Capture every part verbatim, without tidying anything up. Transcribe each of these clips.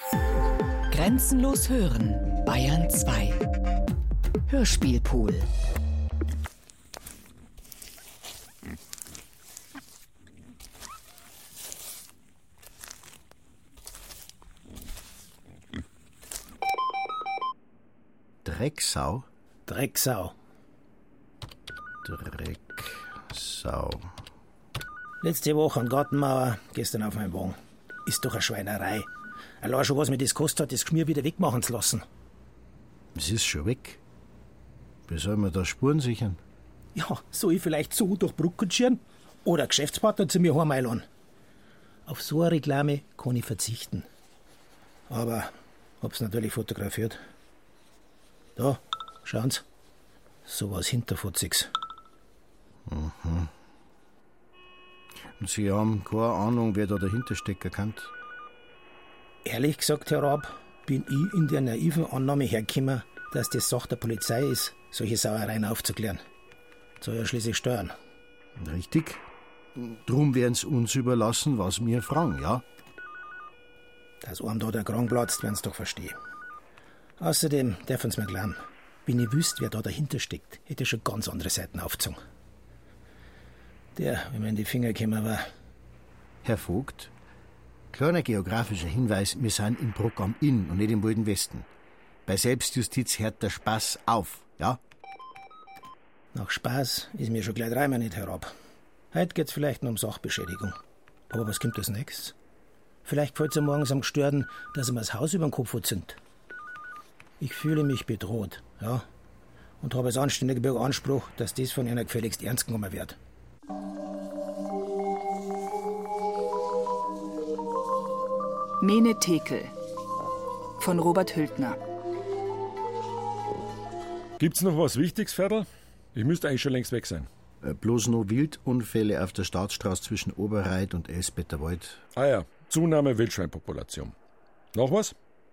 Grenzenlos hören, Bayern zwei. Hörspielpool. Drecksau? Drecksau. Drecksau. Letzte Woche an Gartenmauer, gestern auf meinem Wagen. Ist doch eine Schweinerei. Allein schon, was mir das gekostet hat, das Geschmier wieder wegmachen zu lassen. Es ist schon weg. Wie soll man da Spuren sichern? Ja, soll ich vielleicht so durch Brücken schieren? Oder einen Geschäftspartner zu mir heimeilen? Auf so eine Reklame kann ich verzichten. Aber hab's natürlich fotografiert. Da, schauen Sie. So was Hinterfotziges. Mhm. Und Sie haben keine Ahnung, wer da dahinter stecken kann? Ehrlich gesagt, Herr Raab, bin ich in der naiven Annahme hergekommen, dass das Sache der Polizei ist, solche Sauereien aufzuklären. Soll ja schließlich steuern. Richtig. Drum werden Sie uns überlassen, was wir fragen, ja? Dass einem da der Kragen platzt, werden Sie doch verstehen. Außerdem dürfen Sie mir glauben, wenn ich wüsste, wer da dahinter steckt, hätte ich schon ganz andere Seiten aufgezogen. Der, wenn man in die Finger gekommen war. Herr Vogt, kleiner geografischer Hinweis, wir sind in Bruck am Inn und nicht im Wilden Westen. Bei Selbstjustiz hört der Spaß auf, ja? Nach Spaß ist mir schon gleich dreimal nicht herab. Heute geht's vielleicht nur um Sachbeschädigung. Aber was kommt als nächstes? Vielleicht fällt's ja morgens am Gestörten, dass ihm das Haus über den Kopf verzündet. Ich fühle mich bedroht, ja, und habe als anständiger Bürger Anspruch, dass das von einer gefälligst ernst genommen wird. Mene Tekel von Robert Hültner. Gibt's noch was Wichtiges, Ferl? Ich müsste eigentlich schon längst weg sein. Äh, bloß noch Wildunfälle auf der Staatsstraße zwischen Oberreit und Elsbetterwald. Ah ja, Zunahme Wildschweinpopulation. Noch was?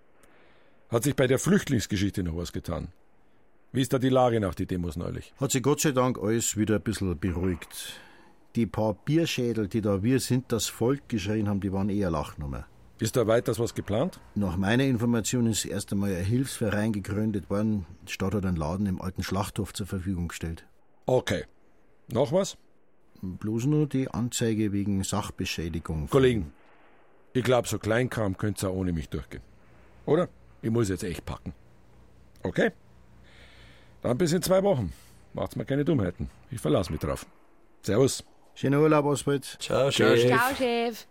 Hat sich bei der Flüchtlingsgeschichte noch was getan? Wie ist da die Lage nach den Demos neulich? Hat sich Gott sei Dank alles wieder ein bisschen beruhigt. Die paar Bierschädel, die da wir sind das Volk geschrien haben, die waren eher Lachnummer. Ist da weiters was geplant? Nach meiner Information ist erst einmal ein Hilfsverein gegründet worden. Die Stadt hat einen Laden im alten Schlachthof zur Verfügung gestellt. Okay. Noch was? Bloß nur die Anzeige wegen Sachbeschädigung. Kollegen, ich glaube, so Kleinkram könnt's auch ohne mich durchgehen. Oder? Ich muss jetzt echt packen. Okay? Dann bis in zwei Wochen. Macht's mir keine Dummheiten. Ich verlasse mich drauf. Servus. Schönen Urlaub, Oswald. Ciao, Chef. Ciao, Chef.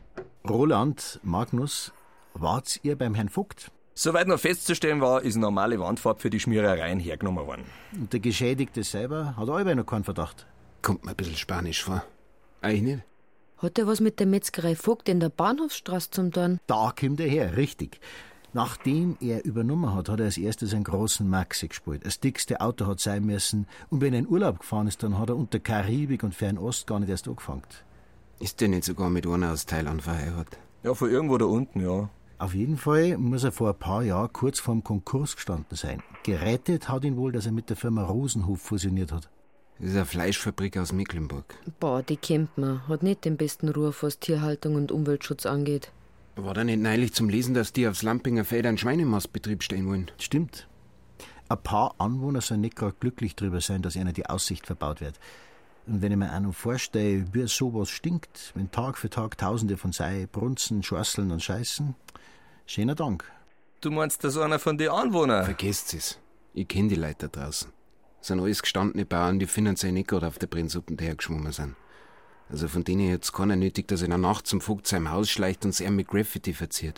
Roland, Magnus, wart's ihr beim Herrn Vogt? Soweit noch festzustellen war, ist eine normale Wandfarbe für die Schmierereien hergenommen worden. Und der Geschädigte selber hat allweil noch keinen Verdacht. Kommt mir ein bisschen spanisch vor. Eigentlich nicht. Hat er was mit der Metzgerei Vogt in der Bahnhofsstraße zum tun? Da kommt er her, richtig. Nachdem er übernommen hat, hat er als erstes einen großen Maxi gespielt. Das dickste Auto hat sein müssen. Und wenn er in Urlaub gefahren ist, dann hat er unter Karibik und Fernost gar nicht erst angefangen. Ist der nicht sogar mit einer aus Thailand verheiratet? Ja, von irgendwo da unten, ja. Auf jeden Fall muss er vor ein paar Jahren kurz vorm Konkurs gestanden sein. Gerettet hat ihn wohl, dass er mit der Firma Rosenhof fusioniert hat. Das ist eine Fleischfabrik aus Mecklenburg. Boah, die kennt man. Hat nicht den besten Ruf, was Tierhaltung und Umweltschutz angeht. War da nicht neulich zum Lesen, dass die aufs Lampinger Feld einen Schweinemastbetrieb stehen wollen? Stimmt. Ein paar Anwohner sollen nicht gerade glücklich darüber sein, dass ihnen die Aussicht verbaut wird. Und wenn ich mir auch noch vorstelle, wie sowas stinkt, wenn Tag für Tag Tausende von Sei brunzen, schorseln und scheißen, schöner Dank. Du meinst, das ist einer von den Anwohnern? Vergesst es. Ich kenne die Leute da draußen. Das sind alles gestandene Bauern, die finanziell nicht gerade auf der Brennsuppen dahergeschwommen sind. Also von denen jetzt keiner nötig, dass er in der Nacht zum Vogt seinem Haus schleicht und es mit Graffiti verziert.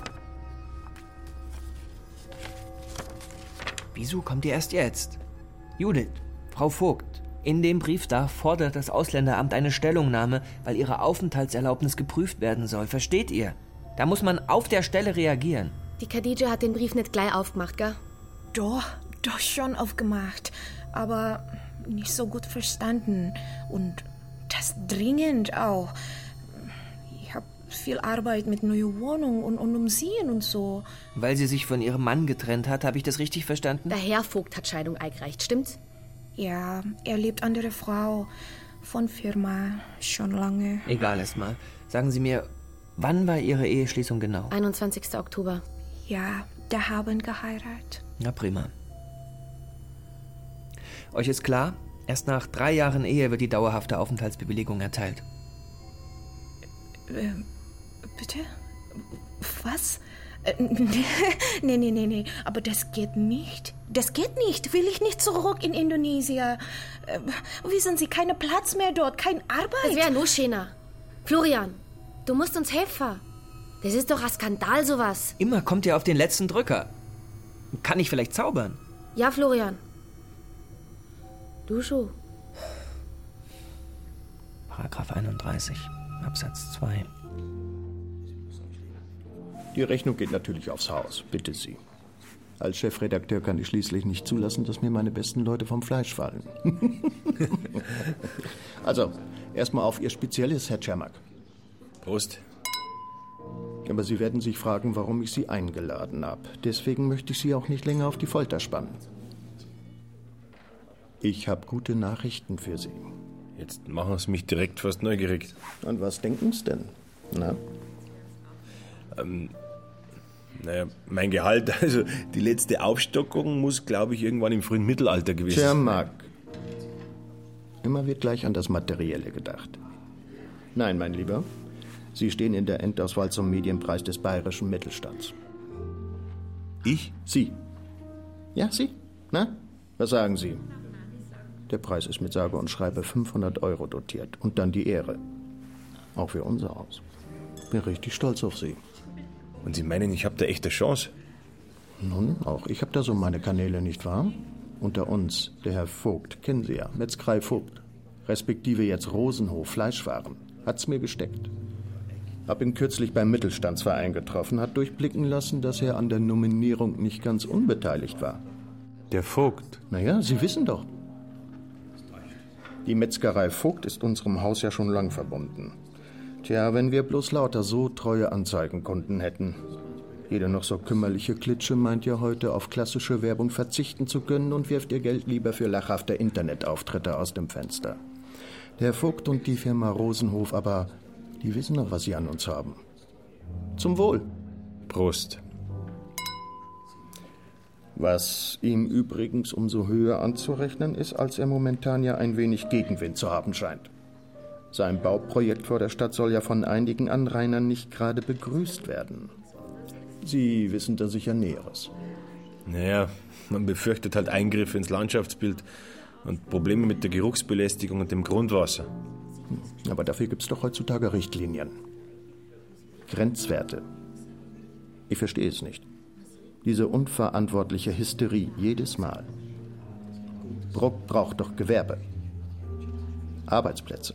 Wieso kommt ihr erst jetzt? Judith, Frau Vogt, in dem Brief da fordert das Ausländeramt eine Stellungnahme, weil ihre Aufenthaltserlaubnis geprüft werden soll. Versteht ihr? Da muss man auf der Stelle reagieren. Die Khadija hat den Brief nicht gleich aufgemacht, gell? Doch, doch schon aufgemacht. Aber nicht so gut verstanden. Und das dringend auch. Ich habe viel Arbeit mit neuer Wohnung und, und Umziehen und so. Weil sie sich von ihrem Mann getrennt hat, habe ich das richtig verstanden? Der Herr Vogt hat Scheidung eingereicht, stimmt's? Ja, er lebt andere Frau. Von Firma, schon lange. Egal erstmal. Sagen Sie mir, Wann war Ihre Eheschließung genau? einundzwanzigster Oktober. Ja, da haben geheiratet. Na prima. Euch ist klar, erst nach drei Jahren Ehe wird die dauerhafte Aufenthaltsbewilligung erteilt. Äh, bitte? Was? Äh, nee, nee, nee, nee, aber das geht nicht. Das geht nicht. Will ich nicht zurück in Indonesien. Äh, wissen Sie, kein Platz mehr dort, keine Arbeit. Das wäre nur schöner. Florian, du musst uns helfen. Das ist doch ein Skandal, sowas. Immer kommt ihr auf den letzten Drücker. Kann ich vielleicht zaubern? Ja, Florian. Du schon. Paragraph einunddreißig, Absatz zwei. Die Rechnung geht natürlich aufs Haus, bitte Sie. Als Chefredakteur kann ich schließlich nicht zulassen, dass mir meine besten Leute vom Fleisch fallen. Also, erstmal auf Ihr Spezielles, Herr Cermak. Prost. Aber Sie werden sich fragen, warum ich Sie eingeladen habe. Deswegen möchte ich Sie auch nicht länger auf die Folter spannen. Ich habe gute Nachrichten für Sie. Jetzt machen Sie mich direkt fast neugierig. Und was denken Sie denn? Na? Ähm, naja, mein Gehalt, also die letzte Aufstockung muss, glaube ich, irgendwann im frühen Mittelalter gewesen sein. Cermak. Immer wird gleich an das Materielle gedacht. Nein, mein Lieber. Sie stehen in der Endauswahl zum Medienpreis des bayerischen Mittelstands. Ich? Sie. Ja, Sie. Na, was sagen Sie? Der Preis ist mit sage und schreibe fünfhundert Euro dotiert. Und dann die Ehre. Auch für unser Haus. Bin richtig stolz auf Sie. Und Sie meinen, ich habe da echte Chance? Nun, auch ich habe da so meine Kanäle, nicht wahr? Unter uns, der Herr Vogt, kennen Sie ja, Metzgerei Vogt. Respektive jetzt Rosenhof, Fleischwaren. Hat's mir gesteckt. Hab ihn kürzlich beim Mittelstandsverein getroffen, hat durchblicken lassen, dass er an der Nominierung nicht ganz unbeteiligt war. Der Vogt? Naja, Sie wissen doch. Die Metzgerei Vogt ist unserem Haus ja schon lang verbunden. Tja, wenn wir bloß lauter so treue Anzeigenkunden hätten. Jede noch so kümmerliche Klitsche meint ja heute, auf klassische Werbung verzichten zu können und wirft ihr Geld lieber für lachhafte Internetauftritte aus dem Fenster. Der Vogt und die Firma Rosenhof aber, die wissen noch, was sie an uns haben. Zum Wohl. Prost. Was ihm übrigens umso höher anzurechnen ist, als er momentan ja ein wenig Gegenwind zu haben scheint. Sein Bauprojekt vor der Stadt soll ja von einigen Anrainern nicht gerade begrüßt werden. Sie wissen da sicher Näheres. Naja, man befürchtet halt Eingriffe ins Landschaftsbild und Probleme mit der Geruchsbelästigung und dem Grundwasser. Aber dafür gibt's doch heutzutage Richtlinien. Grenzwerte. Ich verstehe es nicht. Diese unverantwortliche Hysterie jedes Mal. Bruck braucht doch Gewerbe. Arbeitsplätze.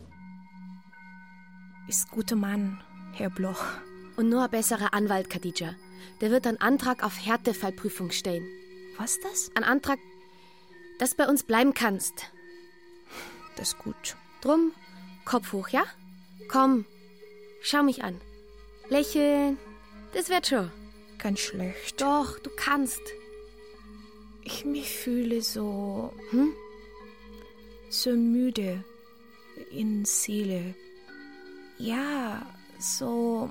Ist guter Mann, Herr Bloch. Und nur ein besserer Anwalt, Khadija. Der wird einen Antrag auf Härtefallprüfung stellen. Was das? Ein Antrag, dass du bei uns bleiben kannst. Das ist gut. Drum, Kopf hoch, ja? Komm, schau mich an. Lächeln, das wird schon. Ganz schlecht. Doch, du kannst. Ich mich fühle so... Hm? So müde. In Seele. Ja, so...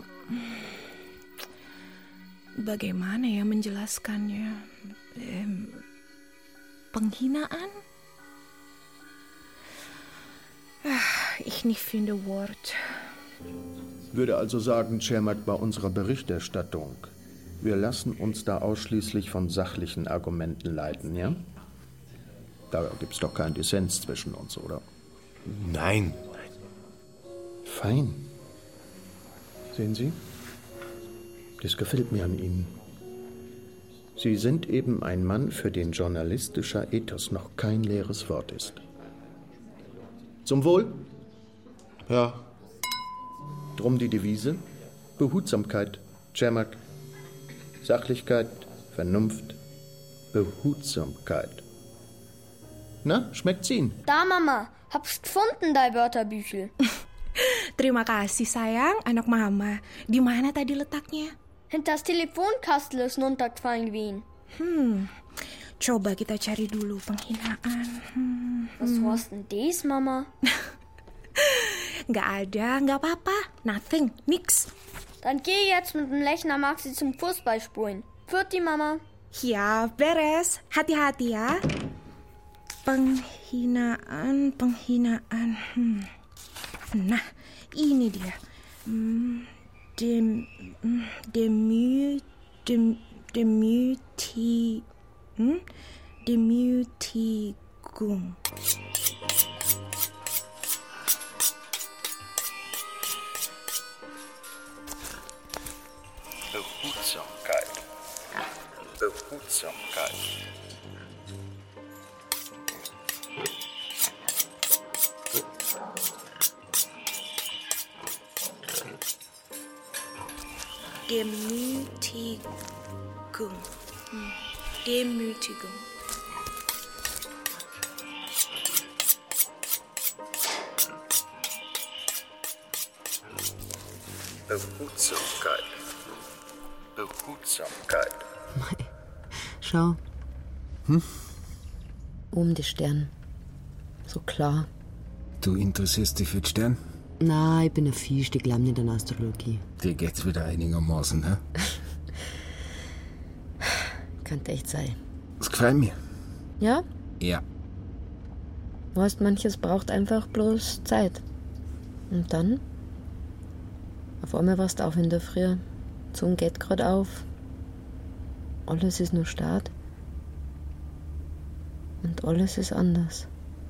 Bagaimana ya menjelaskannya? Ähm, Penghinaan? Ich nicht finde Wort. Würde also sagen, Cermak, bei unserer Berichterstattung, wir lassen uns da ausschließlich von sachlichen Argumenten leiten, ja? Da gibt's doch keinen Dissens zwischen uns, oder? Nein. Fein. Sehen Sie? Das gefällt mir an Ihnen. Sie sind eben ein Mann, für den journalistischer Ethos noch kein leeres Wort ist. Zum Wohl? Ja. Drum die Devise: Behutsamkeit, Cermak. Sachlichkeit, Vernunft, Behutsamkeit. Na, schmeckt's Ihnen? Da, Mama. Hab's gefunden, dein Wörterbüchel. Terima kasih, sayang, anak Mama. Di mana tadi letaknya? Hinter das Telefonkastel ist runtergefallen gewesen. Hm, coba kita cari dulu penghinaan. Hmm. Was heißt denn das, Mama? Nggak ada, nggak apa-apa. Nothing, nix. Dann geh jetzt mit dem Lechner Maxi zum Fußball spielen. Für die Mama. Ja, beres. Hati-hati, ja? Penghinaan, penghinaan. Hm. Nah, ini dia. Hm, dem, demü, dem, demüti, hm? Demütigung. Behutsamkeit. Behutsamkeit. Demütigung. Hm. Demütigung. Behutsamkeit. Behutsamkeit. Schau. Hm? Oben die Sterne. So klar. Du interessierst dich für den Stern? Na, ich bin ein Fisch, die glauben nicht an Astrologie. Dir geht's wieder einigermaßen, ne? Könnte echt sein. Das gefällt mir. Ja? Ja. Weißt, manches braucht einfach bloß Zeit. Und dann? Auf einmal warst du auf in der Früh. Die Sonne geht gerade auf. Alles ist nur Start. Und alles ist anders.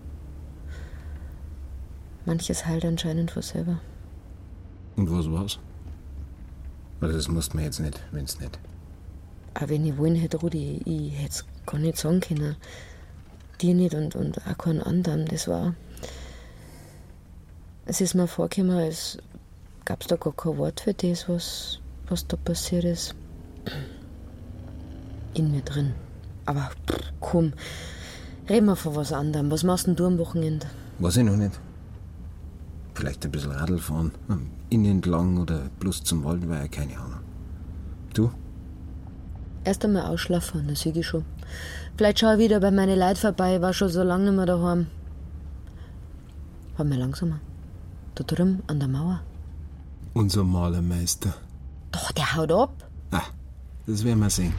Manches heilt anscheinend von selber. Und was war's? Also das musst du mir jetzt nicht, wenn's nicht. Aber wenn ich wollen hätte, Rudi, ich hätte es gar nicht sagen können. Dir nicht und, und auch keinen anderen. Das war... Es ist mir vorgekommen, als gab es da gar kein Wort für das, was, was da passiert ist. In mir drin. Aber pff, komm, reden wir von was anderem. Was machst denn du am Wochenende? Weiß ich noch nicht. Vielleicht ein bisschen Radl fahren. Innen entlang oder bloß zum Waldweiher, keine Ahnung. Du? Erst einmal ausschlafen, das sehe ich schon. Vielleicht schaue ich wieder bei meinen Leuten vorbei, war schon so lange nicht mehr daheim. Fahren wir langsamer. Da drüben an der Mauer. Unser Malermeister. Doch, der haut ab. Ah, das werden wir sehen.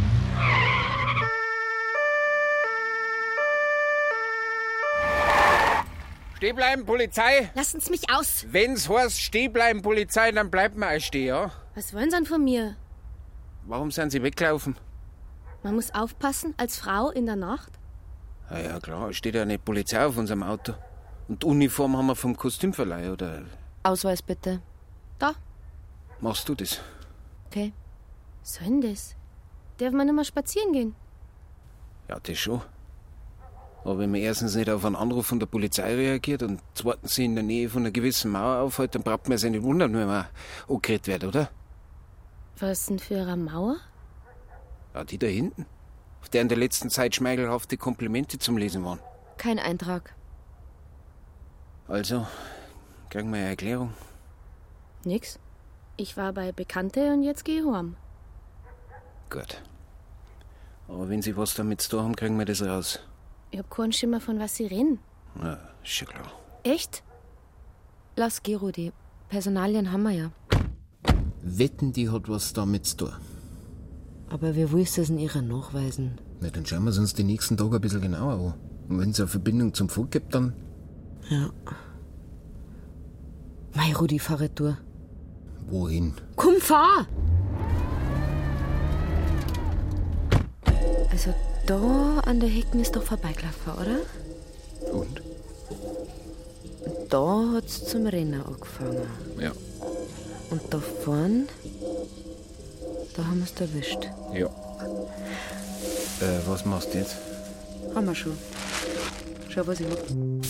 Steh bleiben, Polizei! Lassen's mich aus! Wenn's heißt, steh bleiben, Polizei, dann bleibt man auch stehen, ja? Was wollen Sie denn von mir? Warum sind Sie weggelaufen? Man muss aufpassen, als Frau in der Nacht. Ja, ja, klar, steht ja eine Polizei auf unserem Auto. Und die Uniform haben wir vom Kostümverleih, oder? Ausweis bitte. Da. Machst du das? Okay. Was soll denn das? Darf man nicht mal spazieren gehen? Ja, das schon. Aber wenn man erstens nicht auf einen Anruf von der Polizei reagiert und zweitens in der Nähe von einer gewissen Mauer aufhält, dann braucht man sich nicht wundern, wenn man angeredet wird, oder? Was denn für eine Mauer? Ja, die da hinten. Auf der in der letzten Zeit schmeichelhafte Komplimente zum Lesen waren. Kein Eintrag. Also, kriegen wir eine Erklärung. Nix. Ich war bei Bekannte und jetzt gehe ich heim. Gut. Aber wenn Sie was damit zu tun haben, kriegen wir das raus. Ich hab keinen Schimmer, von was Sie reden. Ja, ist schon klar. Echt? Lass geh, Rudi. Personalien haben wir ja. Wetten, die hat was damit zu tun. Aber wie willst du es in ihrer nachweisen? Na, dann schauen wir es uns die nächsten Tage ein bisschen genauer an. Und wenn es eine Verbindung zum Volk gibt, dann... Ja. Mei, Rudi, fahr durch. Wohin? Komm, fahr! Also da an der Hecken ist doch vorbeigelaufen, oder? Und? Da hat's zum Rennen angefangen. Ja. Und da vorn, da haben wir's erwischt. Ja. Äh, was machst du jetzt? Haben wir schon. Schau, was ich hab.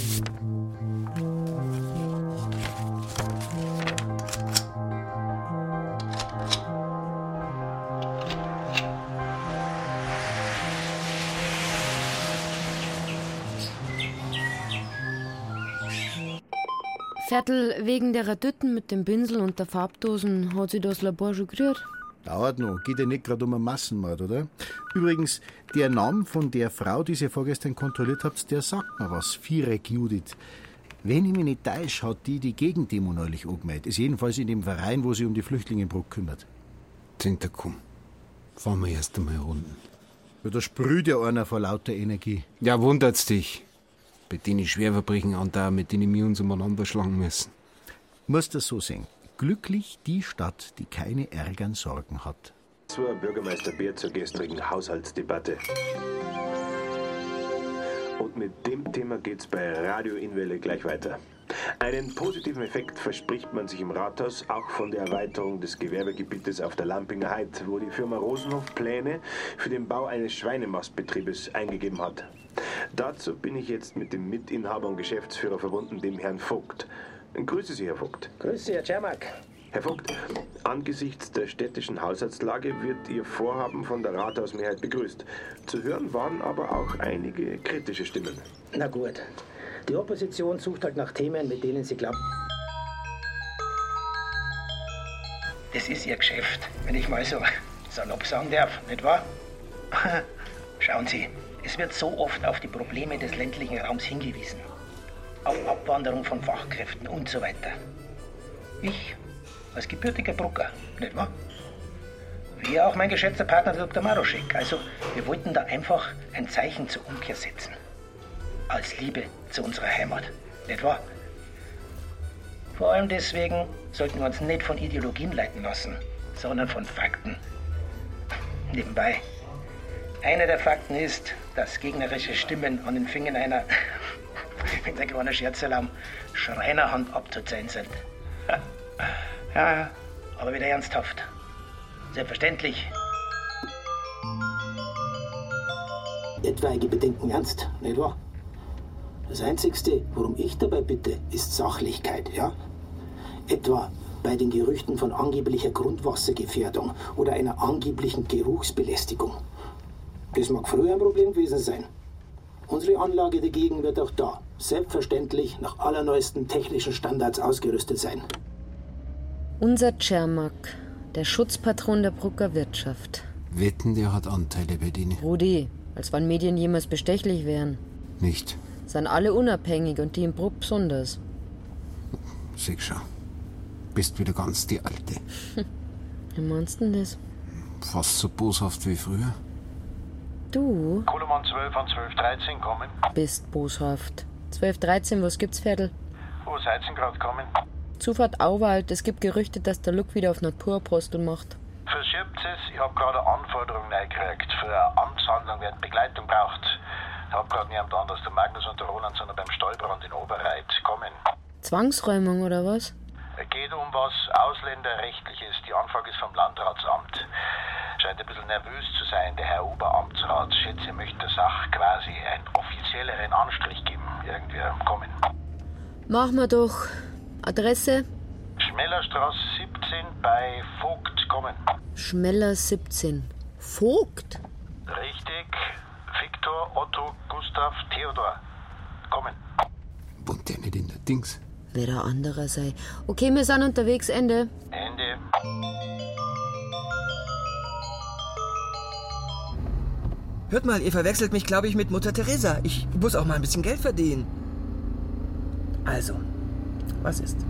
Viertel wegen der Radütten mit dem Pinsel und der Farbdosen hat sich das Labor schon gerührt. Dauert noch. Geht ja nicht gerade um einen Massenmord, oder? Übrigens, der Name von der Frau, die ihr vorgestern kontrolliert habt, der sagt mir was. Vierek Judith. Wenn ich mich nicht täusche, hat die die Gegendemo neulich angemeldet. Ist jedenfalls in dem Verein, wo sich um die Flüchtlinge in Bruck kümmert. Zehnter, komm. Fahren wir erst einmal runden. Ja, da sprüht ja einer vor lauter Energie. Ja, wundert's dich. Bei denen Schwerverbrechen andauern, mit denen wir uns umeinander schlagen müssen. Muss das so sehen. Glücklich die Stadt, die keine Ärgern Sorgen hat. Zur Bürgermeister Beer zur gestrigen Haushaltsdebatte. Und mit dem Thema geht's bei Radio Inwelle gleich weiter. Einen positiven Effekt verspricht man sich im Rathaus, auch von der Erweiterung des Gewerbegebietes auf der Lampinger Heid, wo die Firma Rosenhof Pläne für den Bau eines Schweinemastbetriebes eingegeben hat. Dazu bin ich jetzt mit dem Mitinhaber und Geschäftsführer verbunden, dem Herrn Vogt. Grüße Sie, Herr Vogt. Grüße Sie, Herr Czermak. Herr Vogt, angesichts der städtischen Haushaltslage wird Ihr Vorhaben von der Rathausmehrheit begrüßt. Zu hören waren aber auch einige kritische Stimmen. Na gut. Die Opposition sucht halt nach Themen, mit denen sie glaubt. Das ist ihr Geschäft, wenn ich mal so salopp sagen darf, nicht wahr? Schauen Sie, es wird so oft auf die Probleme des ländlichen Raums hingewiesen. Auf Abwanderung von Fachkräften und so weiter. Ich, als gebürtiger Brucker, nicht wahr? Wie auch mein geschätzter Partner Doktor Maroschek. Also, wir wollten da einfach ein Zeichen zur Umkehr setzen. Als Liebe zu unserer Heimat, nicht wahr? Vor allem deswegen sollten wir uns nicht von Ideologien leiten lassen, sondern von Fakten. Nebenbei, einer der Fakten ist, dass gegnerische Stimmen an den Fingern einer, wenn der kleine Scherzalarm, Schreinerhand abzuzählen sind. Ja, ja, aber wieder ernsthaft. Selbstverständlich. Etwaige Bedenken ernst, nicht wahr? Das Einzigste, worum ich dabei bitte, ist Sachlichkeit, ja? Etwa bei den Gerüchten von angeblicher Grundwassergefährdung oder einer angeblichen Geruchsbelästigung. Das mag früher ein Problem gewesen sein. Unsere Anlage dagegen wird auch da selbstverständlich nach allerneuesten technischen Standards ausgerüstet sein. Unser Czermak, der Schutzpatron der Brucker Wirtschaft. Wetten, der hat Anteile bei denen. Rudi, als wenn Medien jemals bestechlich wären. Nicht. Sind alle unabhängig und die in Bruck besonders. Sieh schon. Bist wieder ganz die Alte. Wie meinst du denn das? Fast so boshaft wie früher. Du? Koloman zwölf an zwölf dreizehn kommen. Bist boshaft. zwölf dreizehn, was gibt's, Viertel? Wo seid ihr gerade kommen? Zufahrt Auwald, es gibt Gerüchte, dass der Luck wieder auf Naturapostel macht. Verschiebt es, ich hab gerade eine Anforderung reingekriegt. Für eine Amtshandlung wird Begleitung braucht. Ich hab gerade niemand anders, der Magnus und der Roland, sondern beim Stallbrand in Oberreit. Kommen. Zwangsräumung oder was? Es geht um was Ausländerrechtliches. Die Anfrage ist vom Landratsamt. Scheint ein bisschen nervös zu sein, der Herr Oberamtsrat. Schätze, er möchte der Sache quasi einen offizielleren Anstrich geben. Irgendwie kommen. Machen wir doch. Adresse? Schmellerstraße siebzehn bei Vogt. Kommen. Schmeller siebzehn. Vogt? Richtig. Viktor, Otto, Gustav, Theodor. Kommen. Wohnt der nicht in der Dings? Wer der anderer sei. Okay, wir sind unterwegs. Ende. Ende. Hört mal, ihr verwechselt mich, glaube ich, mit Mutter Teresa. Ich muss auch mal ein bisschen Geld verdienen. Also, was ist?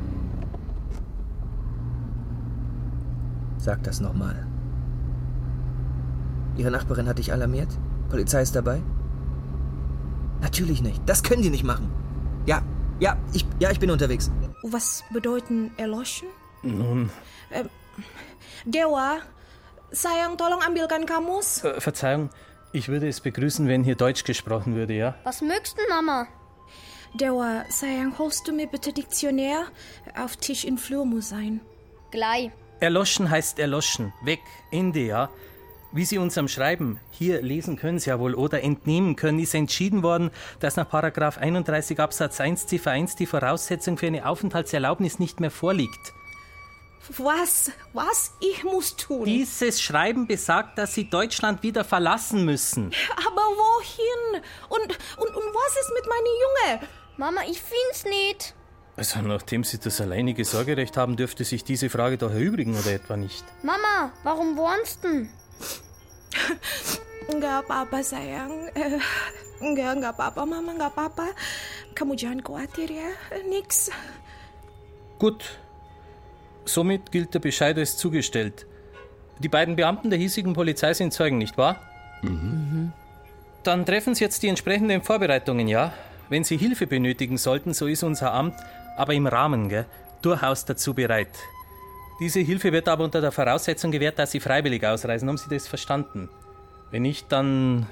Sag das nochmal. Ihre Nachbarin hat dich alarmiert? Polizei ist dabei? Natürlich nicht. Das können die nicht machen. Ja, ja, ich, ja, ich bin unterwegs. Was bedeuten erloschen? Nun. Äh, Dewa, sayang, tolong ambilkan Kamus. Äh, Verzeihung, ich würde es begrüßen, wenn hier Deutsch gesprochen würde, ja? Was mögst du, Mama? Dewa, sayang, holst du mir bitte Diktionär? Auf Tisch in Flur muss sein. Gleich. Erloschen heißt erloschen. Weg. Ende, ja? Wie Sie uns am Schreiben hier lesen können Sie ja wohl oder entnehmen können, ist entschieden worden, dass nach Paragraph einunddreißig Absatz eins Ziffer eins die Voraussetzung für eine Aufenthaltserlaubnis nicht mehr vorliegt. Was? Was ich muss tun? Dieses Schreiben besagt, dass Sie Deutschland wieder verlassen müssen. Aber wohin? Und, und, und was ist mit meinem Junge? Mama, ich find's nicht. Also, nachdem Sie das alleinige Sorgerecht haben, dürfte sich diese Frage doch erübrigen, oder etwa nicht? Mama, warum warnst du? Enggak apa-apa, sayang. Enggak, enggak apa-apa, Mama, enggak apa-apa. kamu jangan khawatir ya, nix. Gut. Somit gilt der Bescheid als zugestellt. Die beiden Beamten der hiesigen Polizei sind Zeugen, nicht wahr? Mhm. Dann treffen Sie jetzt die entsprechenden Vorbereitungen, ja? Wenn Sie Hilfe benötigen sollten, so ist unser Amt, aber im Rahmen, gell, durchaus dazu bereit. Diese Hilfe wird aber unter der Voraussetzung gewährt, dass Sie freiwillig ausreisen. Haben Sie das verstanden? Wenn nicht, dann...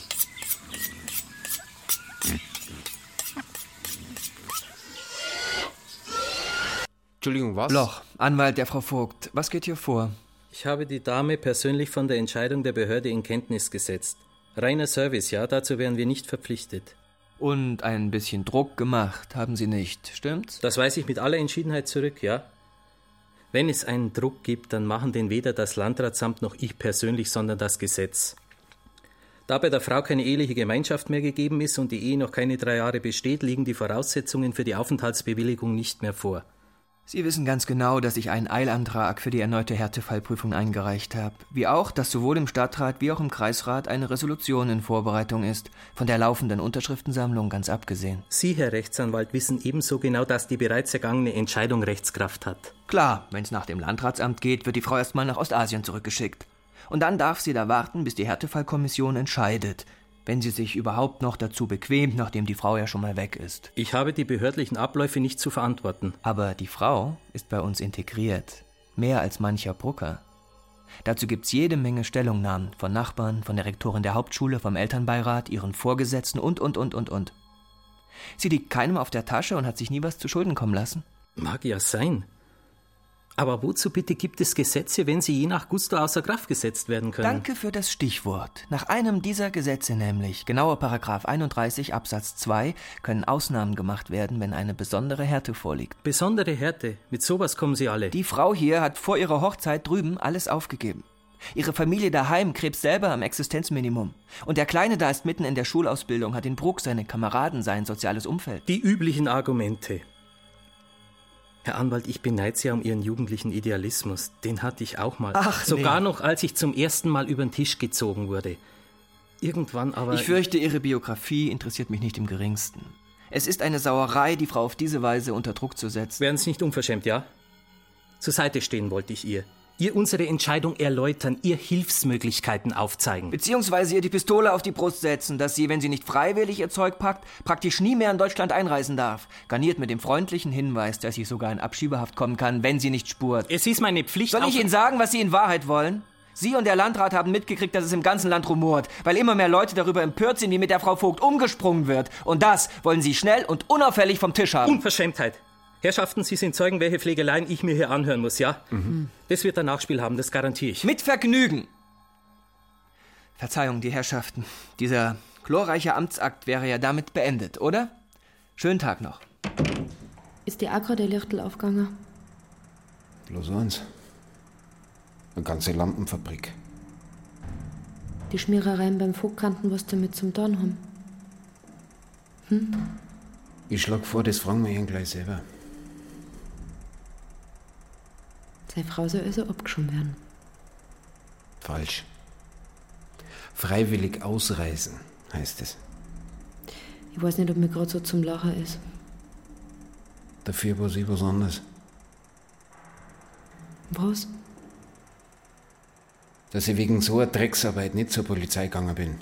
Entschuldigung, was? Bloch, Anwalt der Frau Vogt. Was geht hier vor? Ich habe die Dame persönlich von der Entscheidung der Behörde in Kenntnis gesetzt. Reiner Service, ja, dazu wären wir nicht verpflichtet. Und ein bisschen Druck gemacht haben Sie nicht, stimmt's? Das weise ich mit aller Entschiedenheit zurück, ja. Wenn es einen Druck gibt, dann machen den weder das Landratsamt noch ich persönlich, sondern das Gesetz. Da bei der Frau keine eheliche Gemeinschaft mehr gegeben ist und die Ehe noch keine drei Jahre besteht, liegen die Voraussetzungen für die Aufenthaltsbewilligung nicht mehr vor. Sie wissen ganz genau, dass ich einen Eilantrag für die erneute Härtefallprüfung eingereicht habe. Wie auch, dass sowohl im Stadtrat wie auch im Kreisrat eine Resolution in Vorbereitung ist, von der laufenden Unterschriftensammlung ganz abgesehen. Sie, Herr Rechtsanwalt, wissen ebenso genau, dass die bereits ergangene Entscheidung Rechtskraft hat. Klar, wenn es nach dem Landratsamt geht, wird die Frau erstmal nach Ostasien zurückgeschickt. Und dann darf sie da warten, bis die Härtefallkommission entscheidet, wenn sie sich überhaupt noch dazu bequemt, nachdem die Frau ja schon mal weg ist. Ich habe die behördlichen Abläufe nicht zu verantworten. Aber die Frau ist bei uns integriert. Mehr als mancher Brucker. Dazu gibt's jede Menge Stellungnahmen von Nachbarn, von der Rektorin der Hauptschule, vom Elternbeirat, ihren Vorgesetzten und, und, und, und, und. Sie liegt keinem auf der Tasche und hat sich nie was zu Schulden kommen lassen. Mag ja sein. Aber wozu bitte gibt es Gesetze, wenn sie je nach Gusto außer Kraft gesetzt werden können? Danke für das Stichwort. Nach einem dieser Gesetze nämlich, genauer Paragraph einunddreißig Absatz zwei, können Ausnahmen gemacht werden, wenn eine besondere Härte vorliegt. Besondere Härte? Mit sowas kommen Sie alle. Die Frau hier hat vor ihrer Hochzeit drüben alles aufgegeben. Ihre Familie daheim krebst selber am Existenzminimum. Und der Kleine da ist mitten in der Schulausbildung, hat den Bruck, seine Kameraden, sein soziales Umfeld. Die üblichen Argumente. Herr Anwalt, ich beneide Sie um Ihren jugendlichen Idealismus. Den hatte ich auch mal. Ach, Sogar nee. noch, als ich zum ersten Mal über den Tisch gezogen wurde. Irgendwann aber... Ich fürchte, Ihre Biografie interessiert mich nicht im geringsten. Es ist eine Sauerei, die Frau auf diese Weise unter Druck zu setzen. Wären Sie nicht unverschämt, ja? Zur Seite stehen wollte ich ihr. Ihr unsere Entscheidung erläutern, ihr Hilfsmöglichkeiten aufzeigen. Beziehungsweise ihr die Pistole auf die Brust setzen, dass sie, wenn sie nicht freiwillig ihr Zeug packt, praktisch nie mehr in Deutschland einreisen darf. Garniert mit dem freundlichen Hinweis, dass sie sogar in Abschiebehaft kommen kann, wenn sie nicht spurt. Es ist meine Pflicht... Soll ich Ihnen sagen, was Sie in Wahrheit wollen? Sie und der Landrat haben mitgekriegt, dass es im ganzen Land rumort, weil immer mehr Leute darüber empört sind, wie mit der Frau Vogt umgesprungen wird. Und das wollen Sie schnell und unauffällig vom Tisch haben. Unverschämtheit. Herrschaften, Sie sind Zeugen, welche Pflegeleien ich mir hier anhören muss, ja? Mhm. Das wird ein Nachspiel haben, das garantiere ich. Mit Vergnügen. Verzeihung, die Herrschaften. Dieser glorreiche Amtsakt wäre ja damit beendet, oder? Schönen Tag noch. Ist die auch gerade Lichtel aufgegangen? Bloß eins. Eine ganze Lampenfabrik. Die Schmierereien beim Vogtkanten, was damit zum Tun haben. Hm? Ich schlag vor, das fragen wir ihn gleich selber. Seine Frau soll also abgeschoben werden. Falsch. Freiwillig ausreisen, heißt es. Ich weiß nicht, ob mir gerade so zum Lachen ist. Dafür war sie was anderes. Was? Dass ich wegen so einer Drecksarbeit nicht zur Polizei gegangen bin.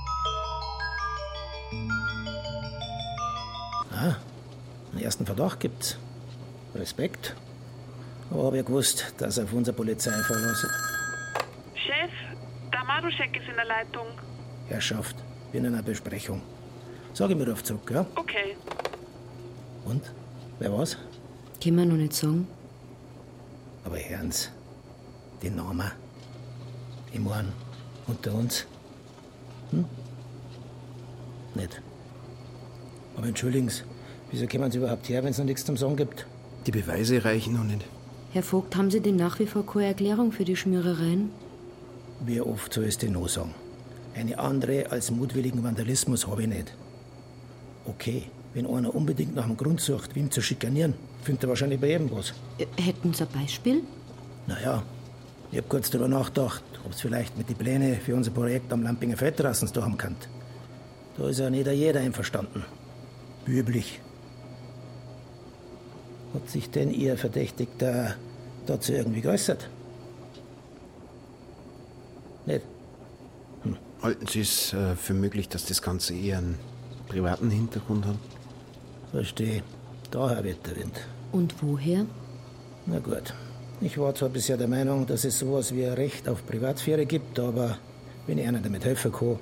Ah, einen ersten Verdacht gibt's. Respekt. Aber hab ja gewusst, dass er auf unsere Polizei verlassen. Chef, der Maruschek ist in der Leitung. Herrschaft, bin in einer Besprechung. Sag ich mir drauf zurück, ja? Okay. Und? Wer war's? Können wir noch nicht sagen. Aber hören's, den Namen. Ich mein, unter uns. Hm? Nicht. Aber entschuldigen Sie, wieso kommen Sie überhaupt her, wenn es noch nichts zum Sagen gibt? Die Beweise reichen noch nicht. Herr Vogt, haben Sie denn nach wie vor keine Erklärung für die Schmierereien? Wie oft soll ich es denn noch sagen? Eine andere als mutwilligen Vandalismus habe ich nicht. Okay, wenn einer unbedingt nach einem Grund sucht, wie ihn zu schikanieren, findet er wahrscheinlich bei jedem was. Hätten Sie ein Beispiel? Naja, ich habe kurz darüber nachgedacht, ob es vielleicht mit den Plänen für unser Projekt am Lampinger Feldterrassen da haben kann. Da ist ja nicht jeder einverstanden. Wie üblich. Hat sich denn Ihr Verdächtigter dazu irgendwie geäußert? Nicht? Hm. Halten Sie es äh, für möglich, dass das Ganze eher einen privaten Hintergrund hat? Verstehe. Daher weht der Wind. Und woher? Na gut. Ich war zwar bisher der Meinung, dass es sowas wie ein Recht auf Privatsphäre gibt, aber wenn ich einer damit helfen kann.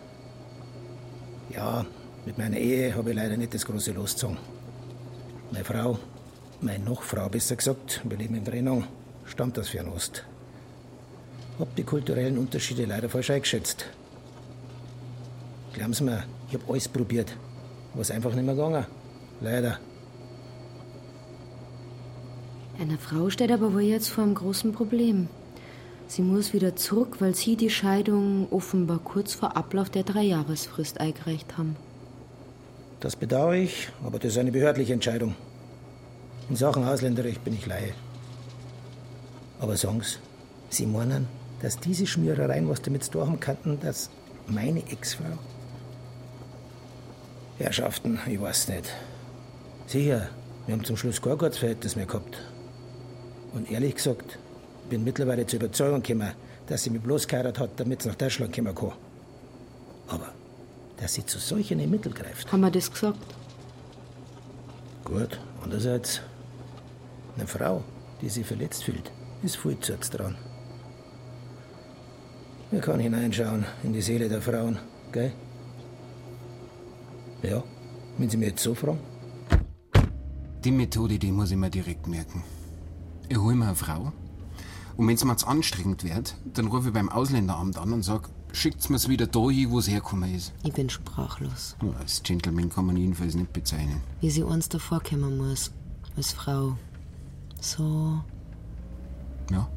Ja, mit meiner Ehe habe ich leider nicht das große Losgezogen. Meine Frau, meine Nachfrau besser gesagt, wir leben in Trennung, stammt aus Fernost. Hab die kulturellen Unterschiede leider falsch eingeschätzt. Glauben Sie mir, ich hab alles probiert. Was einfach nicht mehr gegangen. Leider. Eine Frau steht aber wohl jetzt vor einem großen Problem. Sie muss wieder zurück, weil Sie die Scheidung offenbar kurz vor Ablauf der Dreijahresfrist eingereicht haben. Das bedauere ich, aber das ist eine behördliche Entscheidung. In Sachen Ausländerrecht bin ich Laie. Aber sagen Sie, Sie meinen, dass diese Schmierereien was damit zu tun haben könnten, dass meine Ex-Frau... Herrschaften, ich weiß nicht. Sicher, wir haben zum Schluss gar kein Verhältnis mehr gehabt. Und ehrlich gesagt, ich bin mittlerweile zur Überzeugung gekommen, dass sie mich bloß geheiratet hat, damit sie nach Deutschland kommen kann. Aber dass sie zu solchen Mitteln greift. Haben wir das gesagt? Gut, andererseits, eine Frau, die sich verletzt fühlt, ist viel zu dran. Man kann hineinschauen in die Seele der Frauen, gell? Ja, wenn Sie mir jetzt so fragen. Die Methode, die muss ich mir direkt merken. Ich hole mir eine Frau und wenn es mir zu anstrengend wird, dann rufe ich beim Ausländeramt an und sage, schickt mir's wieder da hin, wo es hergekommen ist. Ich bin sprachlos. Ja, als Gentleman kann man ihn jedenfalls nicht bezeichnen. Wie sie uns davor kommen muss. Als Frau. So. Ja.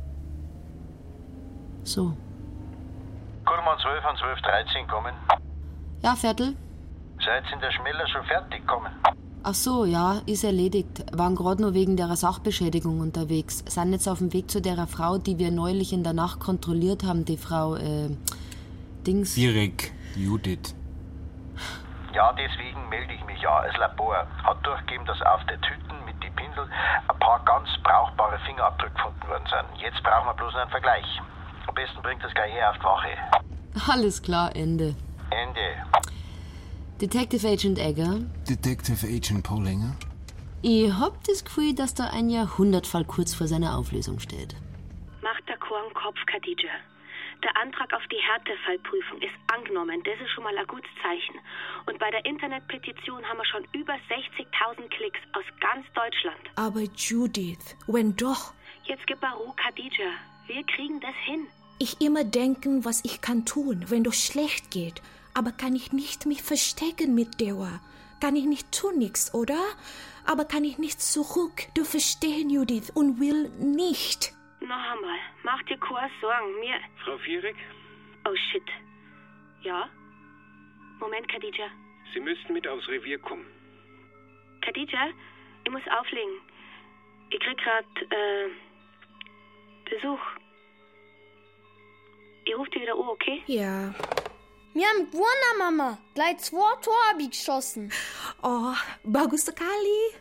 So. Kann man um zwölf und zwölf dreizehn kommen? Ja, Viertel? Seid ihr in der Schmeller schon fertig gekommen? Ach so, ja, ist erledigt. Waren gerade nur wegen der Sachbeschädigung unterwegs. Sind jetzt auf dem Weg zu der Frau, die wir neulich in der Nacht kontrolliert haben, die Frau, äh, Dings... Birek, Judith. Ja, deswegen melde ich mich ja. Das Labor hat durchgegeben, dass auf der Tüten mit den Pinsel ein paar ganz brauchbare Fingerabdrücke gefunden worden sind. Jetzt brauchen wir bloß noch einen Vergleich. Am besten bringt das gleich her auf die Wache. Alles klar, Ende. Ende. Detective Agent Egger. Detective Agent Paulinger. Ich hab das Gefühl, dass da ein Jahrhundertfall kurz vor seiner Auflösung steht. Macht der keinen Kopf, Khadija. Der Antrag auf die Härtefallprüfung ist angenommen. Das ist schon mal ein gutes Zeichen. Und bei der Internetpetition haben wir schon über sechzigtausend Klicks aus ganz Deutschland. Aber Judith, wenn doch... Jetzt gib mal Ruhe, Khadija. Wir kriegen das hin. Ich immer denken, was ich kann tun, wenn doch schlecht geht. Aber kann ich nicht mich verstecken mit Dewa? Kann ich nicht tun nichts, oder? Aber kann ich nicht zurück? Du verstehst, Judith, und will nicht. Noch einmal, mach dir keine Sorgen. Mir... Frau Vierig? Oh, shit. Ja? Moment, Khadija. Sie müssten mit aufs Revier kommen. Khadija, ich muss auflegen. Ich krieg grad, äh, Besuch. Ich ruf dich wieder an, okay? Ja. Wir haben gewonnen, Mama. Gleich zwei Tore hab ich geschossen. Oh, bagus sekali.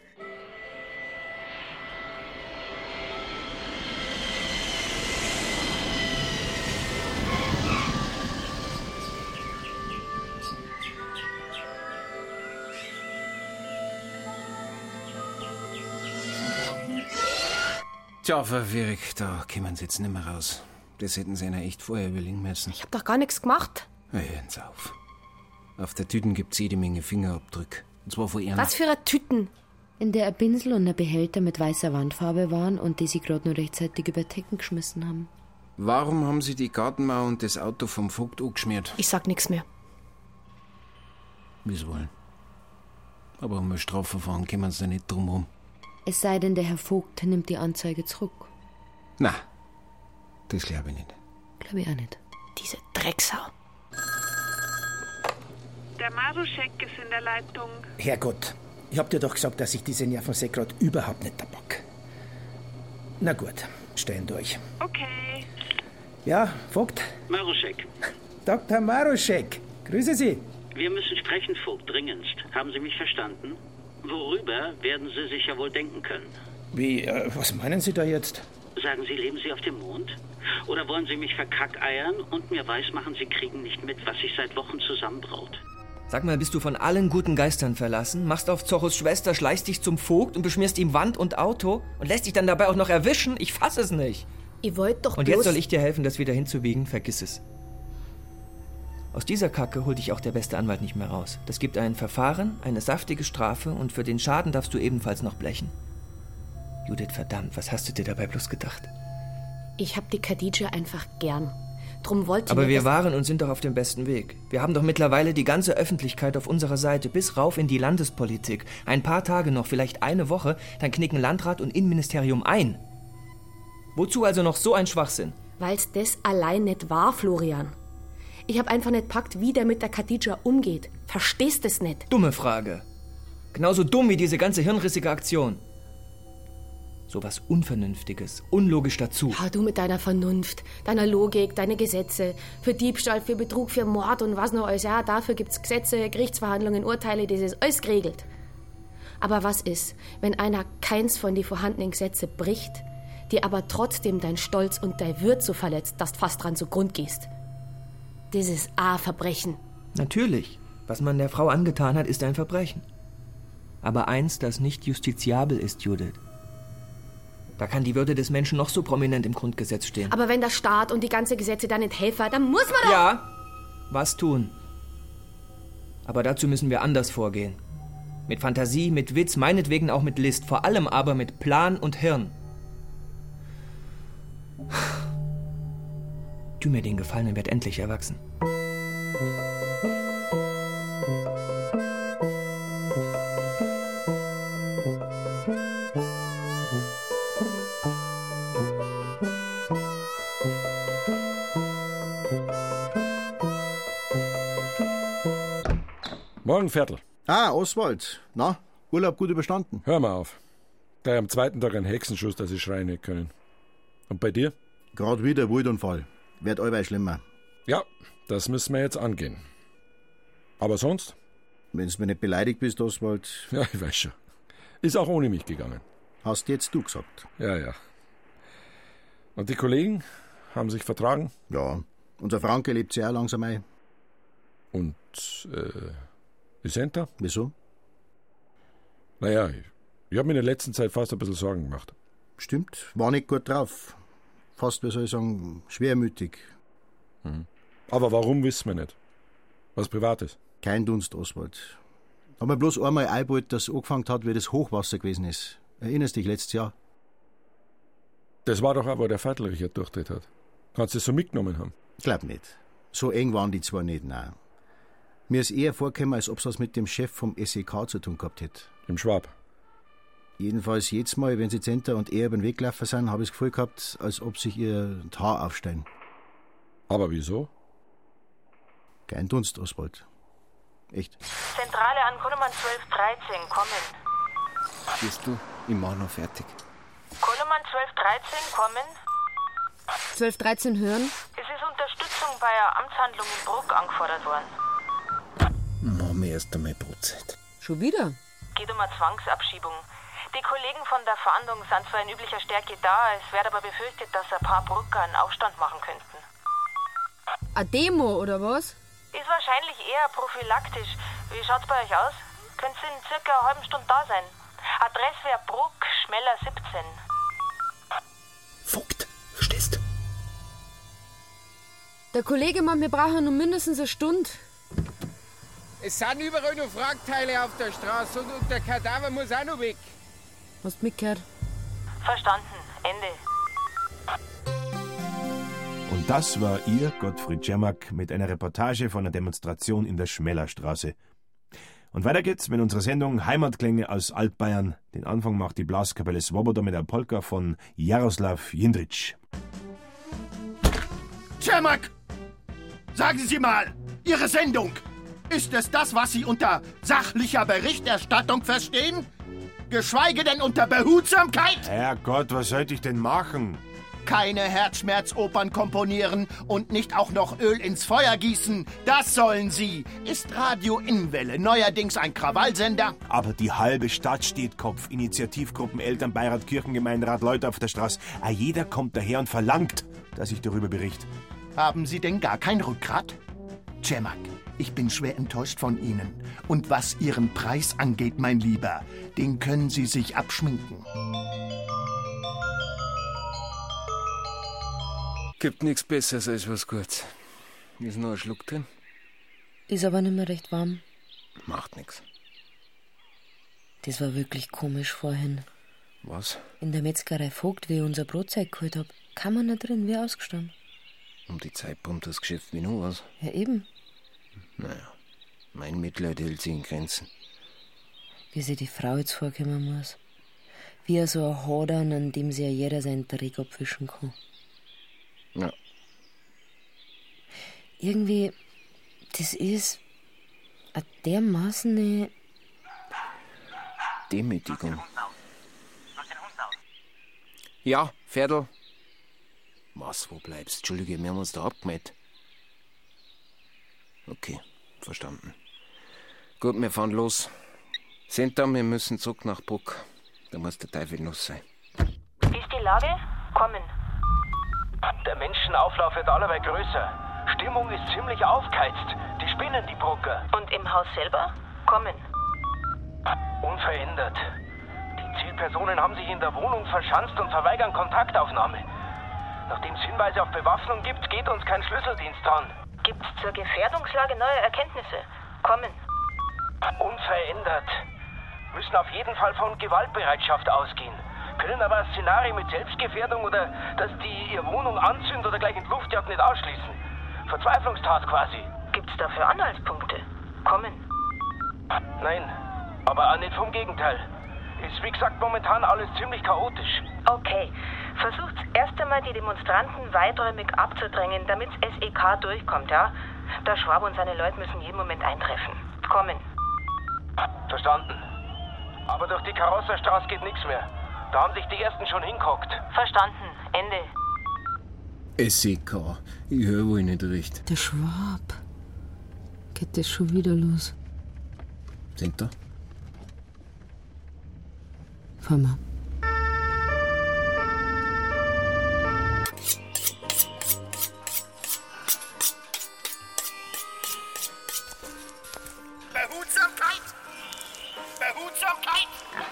Tja, Frau Vierig, da kommen Sie jetzt nicht mehr raus. Das hätten Sie Ihnen echt vorher überlegen müssen. Ich hab doch gar nichts gemacht. Na, hören Sie auf. Auf der Tüten gibt's jede Menge Fingerabdrücke. Und zwar von Ihren... Was für eine Tüten? In der ein Pinsel und ein Behälter mit weißer Wandfarbe waren und die Sie gerade nur rechtzeitig über Decken geschmissen haben. Warum haben Sie die Gartenmauer und das Auto vom Vogt angeschmiert? Ich sag nichts mehr. Wie Sie wollen. Aber um ein Strafverfahren kommen Sie da nicht drum rum. Es sei denn, der Herr Vogt nimmt die Anzeige zurück. Na, das glaube ich nicht. Glaube ich auch nicht. Diese Drecksau. Der Maruschek ist in der Leitung. Herrgott, ich hab dir doch gesagt, dass ich diese Nervensäge gerade überhaupt nicht tabak. Na gut, stehen durch. Okay. Ja, Vogt? Maruschek. Doktor Maruschek, grüße Sie. Wir müssen sprechen, Vogt, dringendst. Haben Sie mich verstanden? Worüber werden Sie sich ja wohl denken können. Wie, äh, was meinen Sie da jetzt? Sagen Sie, leben Sie auf dem Mond? Oder wollen Sie mich verkackeiern und mir weismachen, Sie kriegen nicht mit, was sich seit Wochen zusammenbraut? Sag mal, bist du von allen guten Geistern verlassen? Machst auf Zorros Schwester, schleichst dich zum Vogt und beschmierst ihm Wand und Auto? Und lässt dich dann dabei auch noch erwischen? Ich fass es nicht. Ihr wollt doch Und bloß... jetzt soll ich dir helfen, das wieder hinzubiegen? Vergiss es. Aus dieser Kacke holt dich auch der beste Anwalt nicht mehr raus. Das gibt ein Verfahren, eine saftige Strafe und für den Schaden darfst du ebenfalls noch blechen. Judith, verdammt, was hast du dir dabei bloß gedacht? Ich hab die Khadija einfach gern. Drum wollte Aber mir wir das... waren und sind doch auf dem besten Weg. Wir haben doch mittlerweile die ganze Öffentlichkeit auf unserer Seite, bis rauf in die Landespolitik. Ein paar Tage noch, vielleicht eine Woche, dann knicken Landrat und Innenministerium ein. Wozu also noch so ein Schwachsinn? Weil's das allein nicht war, Florian. Ich hab einfach nicht packt, wie der mit der Khadija umgeht. Verstehst es nicht? Dumme Frage. Genauso dumm wie diese ganze hirnrissige Aktion. So was Unvernünftiges, unlogisch dazu. Ja, du mit deiner Vernunft, deiner Logik, deine Gesetze. Für Diebstahl, für Betrug, für Mord und was noch alles. Ja, dafür gibt's Gesetze, Gerichtsverhandlungen, Urteile, das ist alles geregelt. Aber was ist, wenn einer keins von den vorhandenen Gesetze bricht, dir aber trotzdem dein Stolz und dein Würd so verletzt, dass du fast dran zugrund gehst? Das ist ein Verbrechen. Natürlich. Was man der Frau angetan hat, ist ein Verbrechen. Aber eins, das nicht justiziabel ist, Judith. Da kann die Würde des Menschen noch so prominent im Grundgesetz stehen. Aber wenn der Staat und die ganze Gesetze da nicht helfen, dann muss man doch... Ja, was tun. Aber dazu müssen wir anders vorgehen. Mit Fantasie, mit Witz, meinetwegen auch mit List. Vor allem aber mit Plan und Hirn. Tu mir den Gefallen und werd endlich erwachsen. Morgen, Viertel. Ah, Oswald. Na, Urlaub gut überstanden? Hör mal auf. Gleich am zweiten Tag ein Hexenschuss, dass ich schreien hätte können. Und bei dir? Gerade wieder Wutanfall. Wird allweil schlimmer. Ja, das müssen wir jetzt angehen. Aber sonst? Wenn's mir nicht beleidigt bist, Oswald. Ja, ich weiß schon. Ist auch ohne mich gegangen. Hast jetzt du gesagt. Ja, ja. Und die Kollegen haben sich vertragen? Ja. Unser Franke lebt sehr langsam ein. Und, äh, die Senta? Wieso? Naja, ich, ich habe mir in der letzten Zeit fast ein bisschen Sorgen gemacht. Stimmt, war nicht gut drauf. Fast, wie soll ich sagen, schwermütig. Mhm. Aber warum, wissen wir nicht. Was Privates? Kein Dunst, Oswald. Hab mir bloß einmal eingebaut, dass es angefangen hat, wie das Hochwasser gewesen ist. Erinnerst dich letztes Jahr? Das war doch auch, wo der Viertel Richard durchtritt hat. Kannst du das so mitgenommen haben? Glaub nicht. So eng waren die zwar nicht, nein. Mir ist eher vorgekommen, als ob es was mit dem Chef vom S E K zu tun gehabt hätte. Dem Schwab? Jedenfalls jedes Mal, wenn sie Zenta und er über den Weg gelaufen sind, habe ich das Gefühl gehabt, als ob sich ihr das Haar aufsteigen. Aber wieso? Kein Dunst, Oswald. Echt. Zentrale an Koloman zwölf dreizehn, kommen. Bist du? Ich mach noch fertig. Koloman zwölf dreizehn, kommen. zwölf dreizehn hören? Es ist Unterstützung bei einer Amtshandlung in Bruck angefordert worden. Machen wir erst einmal Brotzeit. Schon wieder? Geht um eine Zwangsabschiebung. Die Kollegen von der Fahndung sind zwar in üblicher Stärke da, es wird aber befürchtet, dass ein paar Brucker einen Aufstand machen könnten. Eine Demo, oder was? Ist wahrscheinlich eher prophylaktisch. Wie schaut's bei euch aus? Könnt ihr in circa einer halben Stunde da sein? Adresse wäre Bruck, Schmeller siebzehn. Vogt, verstehst? Der Kollege meint, wir brauchen nur mindestens eine Stunde. Es sind überall noch Wrackteile auf der Straße und, und der Kadaver muss auch noch weg. Hast du mitgehört? Verstanden. Ende. Und das war Ihr Gottfried Czermak mit einer Reportage von einer Demonstration in der Schmellerstraße. Und weiter geht's mit unserer Sendung Heimatklänge aus Altbayern. Den Anfang macht die Blaskapelle Swoboda mit der Polka von Jaroslav Jindřich. Czermak! Sagen Sie mal, Ihre Sendung, ist es das, was Sie unter sachlicher Berichterstattung verstehen? Geschweige denn unter Behutsamkeit? Herrgott, was sollte ich denn machen? keine Herzschmerzopern komponieren und nicht auch noch Öl ins Feuer gießen. Das sollen sie. Ist Radio Innwelle neuerdings ein Krawallsender? Aber die halbe Stadt steht Kopf. Initiativgruppen, Elternbeirat, Kirchengemeinderat, Leute auf der Straße. Ah, jeder kommt daher und verlangt, dass ich darüber berichte. Haben Sie denn gar kein Rückgrat? Cemak, ich bin schwer enttäuscht von Ihnen. Und was Ihren Preis angeht, mein Lieber, den können Sie sich abschminken. Gibt nichts Besseres als was Gutes. Ist noch ein Schluck drin? Ist aber nicht mehr recht warm. Macht nichts. Das war wirklich komisch vorhin. Was? In der Metzgerei Vogt, wie ich unser Brotzeug geholt hab, kam man nicht drin, wie ausgestanden. Um die Zeit pumpt das Geschäft wie noch was. Ja, eben. Naja, mein Mitleid hält sich in Grenzen. Wie sich die Frau jetzt vorkommen muss. Wie so ein Hadern, an dem sich ja jeder seinen Dreck abwischen kann. Ja. Irgendwie, das ist eine dermaßen eine Demütigung. Ja, Pferdl. Was, wo bleibst? Entschuldige, wir haben uns da abgemeldet. Okay, verstanden. Gut, wir fahren los. Sind da, wir müssen zurück nach Bruck. Da muss der Teufel los sein. Ist die Lage? Kommen. Der Menschenauflauf wird allerweil größer. Stimmung ist ziemlich aufgeheizt. Die spinnen, die Brucker. Und im Haus selber? Kommen. Unverändert. Die Zielpersonen haben sich in der Wohnung verschanzt und verweigern Kontaktaufnahme. Nachdem es Hinweise auf Bewaffnung gibt, geht uns kein Schlüsseldienst dran. Gibt's zur Gefährdungslage neue Erkenntnisse? Kommen. Unverändert. Müssen auf jeden Fall von Gewaltbereitschaft ausgehen. Können aber ein Szenario mit Selbstgefährdung oder dass die ihre Wohnung anzünden oder gleich in die Luft jagt nicht ausschließen. Verzweiflungstat quasi. Gibt's dafür Anhaltspunkte? Kommen. Nein, aber auch nicht vom Gegenteil. Ist wie gesagt momentan alles ziemlich chaotisch. Okay. Versucht erst einmal die Demonstranten weiträumig abzudrängen, damit das S E K durchkommt, ja? Der Schwab und seine Leute müssen jeden Moment eintreffen. Kommen. Verstanden. Aber durch die Karosserstraße geht nichts mehr. Da haben sich die Ersten schon hingehockt. Verstanden. Ende. S E K. Ich höre wohl nicht recht. Der Schwab. Geht das schon wieder los? Sind da? Fahren wir. Behutsamkeit! Behutsamkeit!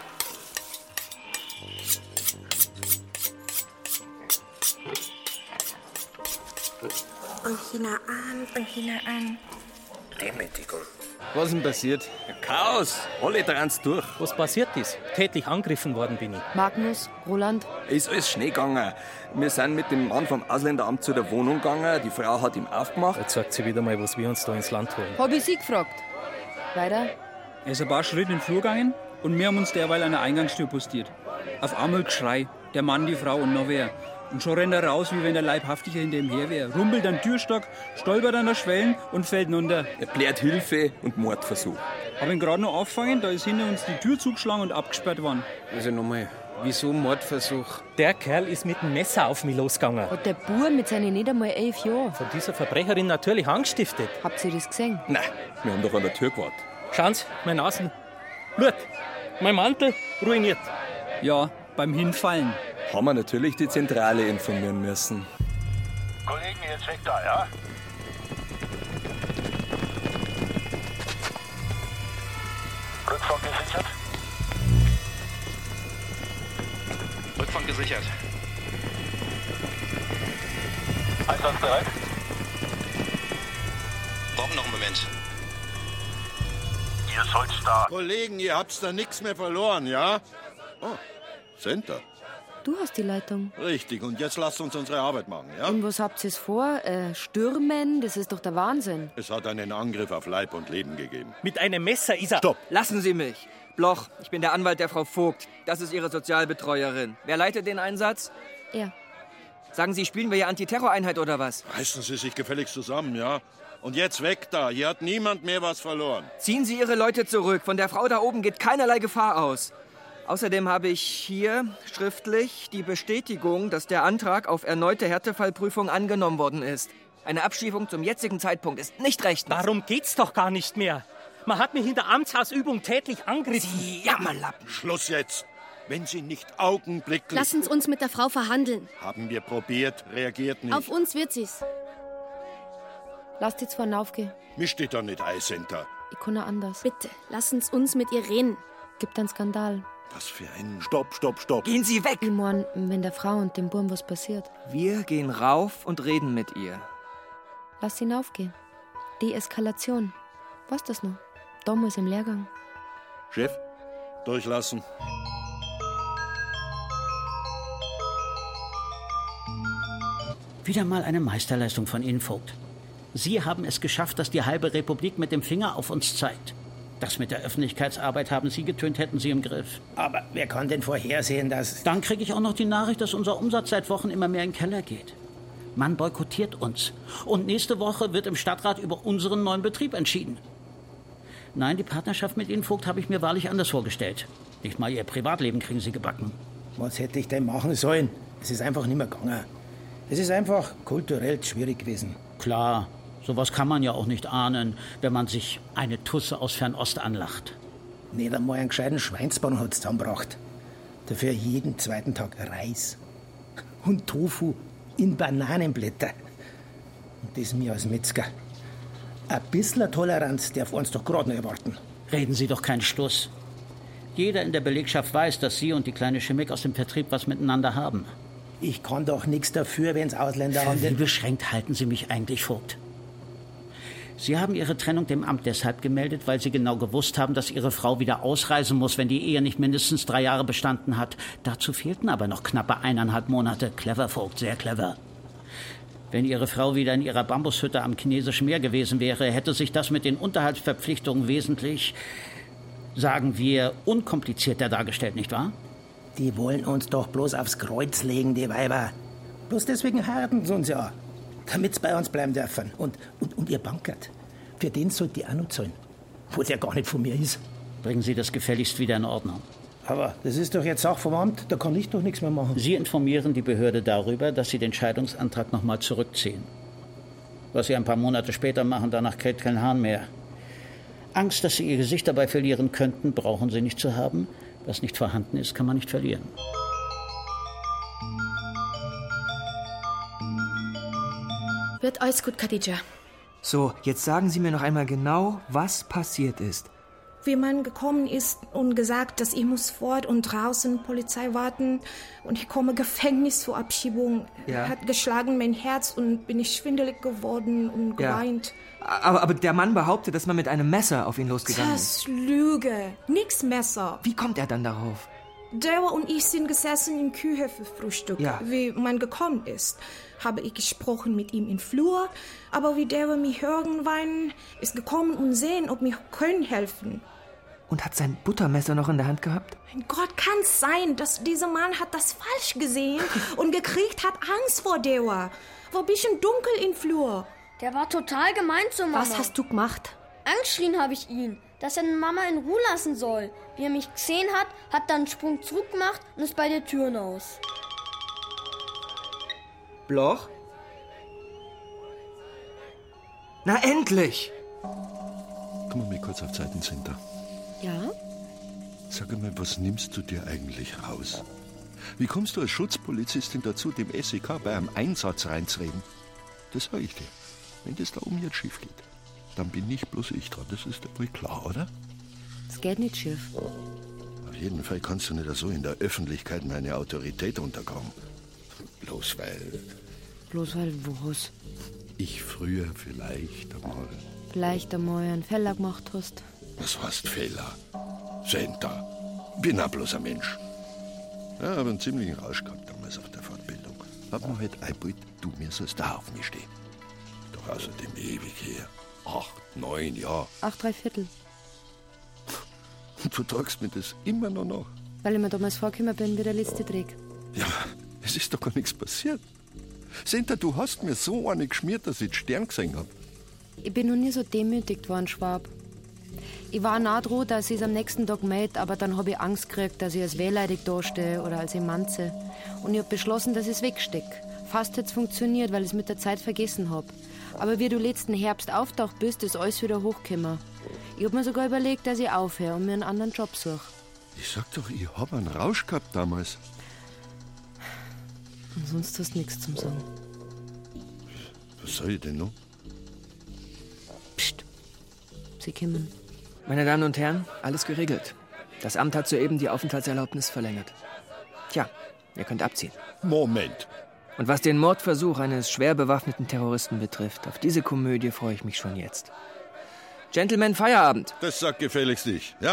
Und China an, und China an. Demütigung. Was ist denn passiert? Chaos. Alle dran's durch. Was passiert ist? Tätlich angegriffen worden bin ich. Magnus, Roland. Ist alles schnell gegangen. Wir sind mit dem Mann vom Ausländeramt zu der Wohnung gegangen. Die Frau hat ihm aufgemacht. Jetzt sagt sie wieder mal, was wir uns da ins Land holen. Hab ich sie gefragt. Weiter? Er ist ein paar Schritte in den Flur gegangen und wir haben uns derweil an der Eingangstür postiert. Auf einmal Geschrei. Der Mann, die Frau und noch wer. Und schon rennt er raus, wie wenn der Leibhaftige hinter ihm her wäre. Rumpelt an den Türstock, stolpert an der Schwellen und fällt runter. Er plärt Hilfe und Mordversuch. Hab ihn gerade noch aufgefangen, da ist hinter uns die Tür zugeschlagen und abgesperrt worden. Also nochmal, wieso Mordversuch? Der Kerl ist mit dem Messer auf mich losgegangen. Hat der Bub mit seinen nicht einmal elf Jahren. Von dieser Verbrecherin natürlich angestiftet. Habt ihr das gesehen? Nein, wir haben doch an der Tür gewartet. Schauen Sie, mein Nasen. Blut. Mein Mantel ruiniert. Ja, beim Hinfallen. Haben wir natürlich die Zentrale informieren müssen. Kollegen, jetzt weg da, ja? Rückfahrt gesichert. Rückfahrt gesichert. Einsatzbereit. Brauchen noch einen Moment. Ihr sollt da. Kollegen, ihr habt's da nichts mehr verloren, ja? Oh, sind da. Du hast die Leitung. Richtig, und jetzt lasst uns unsere Arbeit machen, ja? Und was habt ihr vor? Äh, stürmen? Das ist doch der Wahnsinn. Es hat einen Angriff auf Leib und Leben gegeben. Mit einem Messer ist er... Stopp! Lassen Sie mich. Bloch, ich bin der Anwalt der Frau Vogt. Das ist Ihre Sozialbetreuerin. Wer leitet den Einsatz? Er. Sagen Sie, spielen wir hier Antiterroreinheit oder was? Reißen Sie sich gefälligst zusammen, ja? Und jetzt weg da. Hier hat niemand mehr was verloren. Ziehen Sie Ihre Leute zurück. Von der Frau da oben geht keinerlei Gefahr aus. Außerdem habe ich hier schriftlich die Bestätigung, dass der Antrag auf erneute Härtefallprüfung angenommen worden ist. Eine Abschiebung zum jetzigen Zeitpunkt ist nicht rechtens. Darum geht's doch gar nicht mehr. Man hat mich in der Amtsausübung tätlich angegriffen. Sie Jammerlappen. Schluss jetzt. Wenn Sie nicht augenblicklich... Lassen Sie uns mit der Frau verhandeln. Haben wir probiert, reagiert nicht. Auf uns wird sie's. Lass die zwar aufgehen. Mir steht da nicht Eis hinter. Ich kann auch anders. Bitte, lassen Sie uns mit ihr reden. Gibt einen Skandal. Was für ein... Stopp, stopp, stopp. Gehen Sie weg! Ich mein, wenn der Frau und dem Burm was passiert. Wir gehen rauf und reden mit ihr. Lass ihn aufgehen. Deeskalation. Was das noch? Damals im Lehrgang. Chef, durchlassen. Wieder mal eine Meisterleistung von Ihnen, Vogt. Sie haben es geschafft, dass die halbe Republik mit dem Finger auf uns zeigt. Das mit der Öffentlichkeitsarbeit haben Sie getönt, hätten Sie im Griff. Aber wer kann denn vorhersehen, dass... Dann kriege ich auch noch die Nachricht, dass unser Umsatz seit Wochen immer mehr in den Keller geht. Man boykottiert uns. Und nächste Woche wird im Stadtrat über unseren neuen Betrieb entschieden. Nein, die Partnerschaft mit Ihnen, Vogt, habe ich mir wahrlich anders vorgestellt. Nicht mal Ihr Privatleben kriegen Sie gebacken. Was hätte ich denn machen sollen? Es ist einfach nicht mehr gegangen. Es ist einfach kulturell schwierig gewesen. Klar, sowas kann man ja auch nicht ahnen, wenn man sich eine Tusse aus Fernost anlacht. Nicht einmal einen gescheiten Schweinsborn hat es zusammengebracht. Dafür jeden zweiten Tag Reis und Tofu in Bananenblätter. Und das mir als Metzger. Ein bisschen Toleranz darf uns doch gerade noch erwarten. Reden Sie doch keinen Stuss. Jeder in der Belegschaft weiß, dass Sie und die kleine Chemik aus dem Vertrieb was miteinander haben. Ich kann doch nichts dafür, wenn's Ausländer haben. Wie beschränkt halten Sie mich eigentlich, Vogt? Sie haben Ihre Trennung dem Amt deshalb gemeldet, weil Sie genau gewusst haben, dass Ihre Frau wieder ausreisen muss, wenn die Ehe nicht mindestens drei Jahre bestanden hat. Dazu fehlten aber noch knappe eineinhalb Monate. Clever, Vogt, sehr clever. Wenn Ihre Frau wieder in ihrer Bambushütte am Chinesischen Meer gewesen wäre, hätte sich das mit den Unterhaltsverpflichtungen wesentlich, sagen wir, unkomplizierter dargestellt, nicht wahr? Die wollen uns doch bloß aufs Kreuz legen, die Weiber. Bloß deswegen heiraten sie uns ja. Damit sie bei uns bleiben dürfen. Und, und, und ihr Bankert, für den sollt ihr auch noch zahlen. Wo der gar nicht von mir ist. Bringen Sie das gefälligst wieder in Ordnung. Aber das ist doch jetzt Sache vom Amt, da kann ich doch nichts mehr machen. Sie informieren die Behörde darüber, dass Sie den Scheidungsantrag noch mal zurückziehen. Was Sie ein paar Monate später machen, danach kräht kein Hahn mehr. Angst, dass Sie Ihr Gesicht dabei verlieren könnten, brauchen Sie nicht zu haben. Was nicht vorhanden ist, kann man nicht verlieren. Wird alles gut, Khadija. So, jetzt sagen Sie mir noch einmal genau, was passiert ist. Wie man gekommen ist und gesagt, dass ich muss fort und draußen Polizei warten und ich komme Gefängnis zur Abschiebung. Ja. Er hat geschlagen mein Herz und bin ich schwindelig geworden und geweint. Ja. Aber, aber der Mann behauptet, dass man mit einem Messer auf ihn losgegangen das ist. Das Lüge. Nix Messer. Wie kommt er dann darauf? Dewa und ich sind gesessen im Küche für Frühstück. Ja. Wie man gekommen ist, habe ich gesprochen mit ihm im Flur. Aber wie Dewa mich irgendwann ist gekommen und sehen, ob mir können helfen. Und hat sein Buttermesser noch in der Hand gehabt? Mein Gott, kann's sein, dass dieser Mann hat das falsch gesehen und gekriegt hat Angst vor Dewa. War ein bisschen dunkel im Flur. Der war total gemein zu Mama. Was hast du gemacht? Angeschrien habe ich ihn, dass er Mama in Ruhe lassen soll. Wie er mich gesehen hat, hat dann einen Sprung zurück gemacht und ist bei der Tür hinaus. Bloch? Na endlich! Komm mal kurz auf Seitencenter. Ja? Sag einmal, was nimmst du dir eigentlich raus? Wie kommst du als Schutzpolizistin dazu, dem S E K bei einem Einsatz reinzureden? Das sag ich dir. Wenn das da um jetzt schief geht, dann bin nicht bloß ich dran. Das ist ja wohl klar, oder? Es geht nicht schief. Auf jeden Fall kannst du nicht so in der Öffentlichkeit meine Autorität untergraben. Bloß weil... Bloß weil was? Ich früher vielleicht einmal... Vielleicht einmal einen Fehler gemacht hast. Was heißt Fehler? Senta. Bin auch bloß ein Mensch. Ja, aber einen ziemlichen Rausch gehabt damals auf der Fortbildung. Hab mir halt eingebaut, du mir sollst da auf mich stehen. Doch außerdem ewig her. Acht, neun Jahre. Acht, drei Viertel. Und du tragst mir das immer noch nach. Weil ich mir damals vorgekommen bin wie der letzte Dreck. Ja, es ist doch gar nichts passiert. Senta, du hast mir so eine geschmiert, dass ich den Stern gesehen hab. Ich bin noch nie so demütigt worden, Schwab. Ich war nah dran, dass ich es am nächsten Tag melde, aber dann habe ich Angst gekriegt, dass ich als wehleidig dastehe oder als Emanze. Und ich habe beschlossen, dass ich es wegstecke. Fast hat es funktioniert, weil ich es mit der Zeit vergessen habe. Aber wie du letzten Herbst auftaucht bist, ist alles wieder hochgekommen. Ich habe mir sogar überlegt, dass ich aufhöre und mir einen anderen Job suche. Ich sag doch, ich hab einen Rausch gehabt damals. Und sonst hast du nichts zum Sagen. Was soll ich denn noch? Psst. Sie kommen. Meine Damen und Herren, alles geregelt. Das Amt hat soeben die Aufenthaltserlaubnis verlängert. Tja, ihr könnt abziehen. Moment. Und was den Mordversuch eines schwer bewaffneten Terroristen betrifft, auf diese Komödie freue ich mich schon jetzt. Gentlemen, Feierabend. Das sagt gefälligst ich, ja?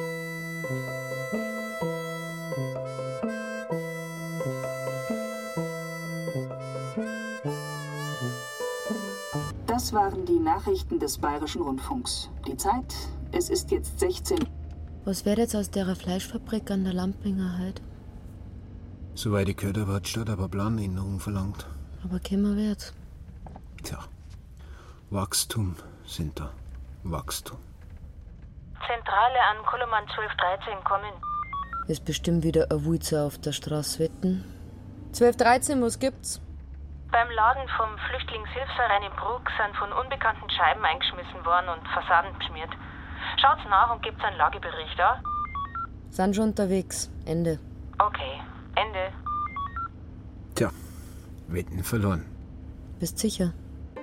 Das waren die Nachrichten des Bayerischen Rundfunks. Die Zeit, es ist jetzt sechzehn. Was wird jetzt aus der Fleischfabrik an der Lampinger halt? Soweit ich gehört habe, hat die Stadt aber Planänderungen verlangt. Aber käme wird's. Tja, Wachstum sind da. Wachstum. Zentrale an Koloman zwölf dreizehn kommen. Ist bestimmt wieder ein Wulzer auf der Straße wetten. zwölf dreizehn, was gibt's? Beim Laden vom Flüchtlingshilfsverein in Bruck sind von unbekannten Scheiben eingeschmissen worden und Fassaden beschmiert. Schaut's nach und gebt's einen Lagebericht, ja? Sind schon unterwegs. Ende. Okay, Ende. Tja, Wetten verloren. Bist sicher?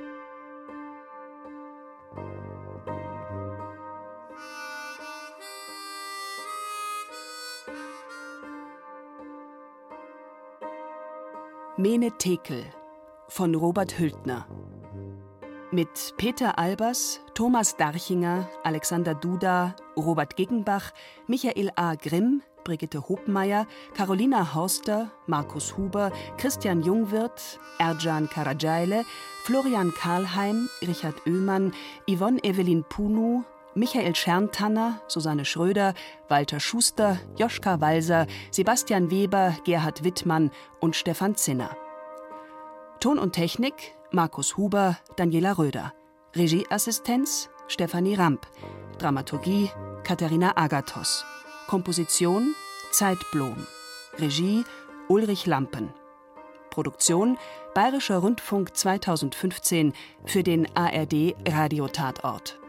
Mene Tekel von Robert Hültner. Mit Peter Albers, Thomas Darchinger, Alexander Duda, Robert Giggenbach, Michael A. Grimm, Brigitte Hopmeier, Carolina Horster, Markus Huber, Christian Jungwirth, Ercan Karacayle, Florian Karlheim, Richard Oehmann, Yvonne Evelyn Punu, Michael Scherntanner, Susanne Schröder, Walter Schuster, Joschka Walser, Sebastian Weber, Gerhard Wittmann und Stefan Zinner. Ton und Technik Markus Huber, Daniela Röder. Regieassistenz Stefanie Ramp. Dramaturgie Katharina Agathos. Komposition Zeit Blom. Regie Ulrich Lampen. Produktion Bayerischer Rundfunk zweitausendfünfzehn für den A R D Radiotatort.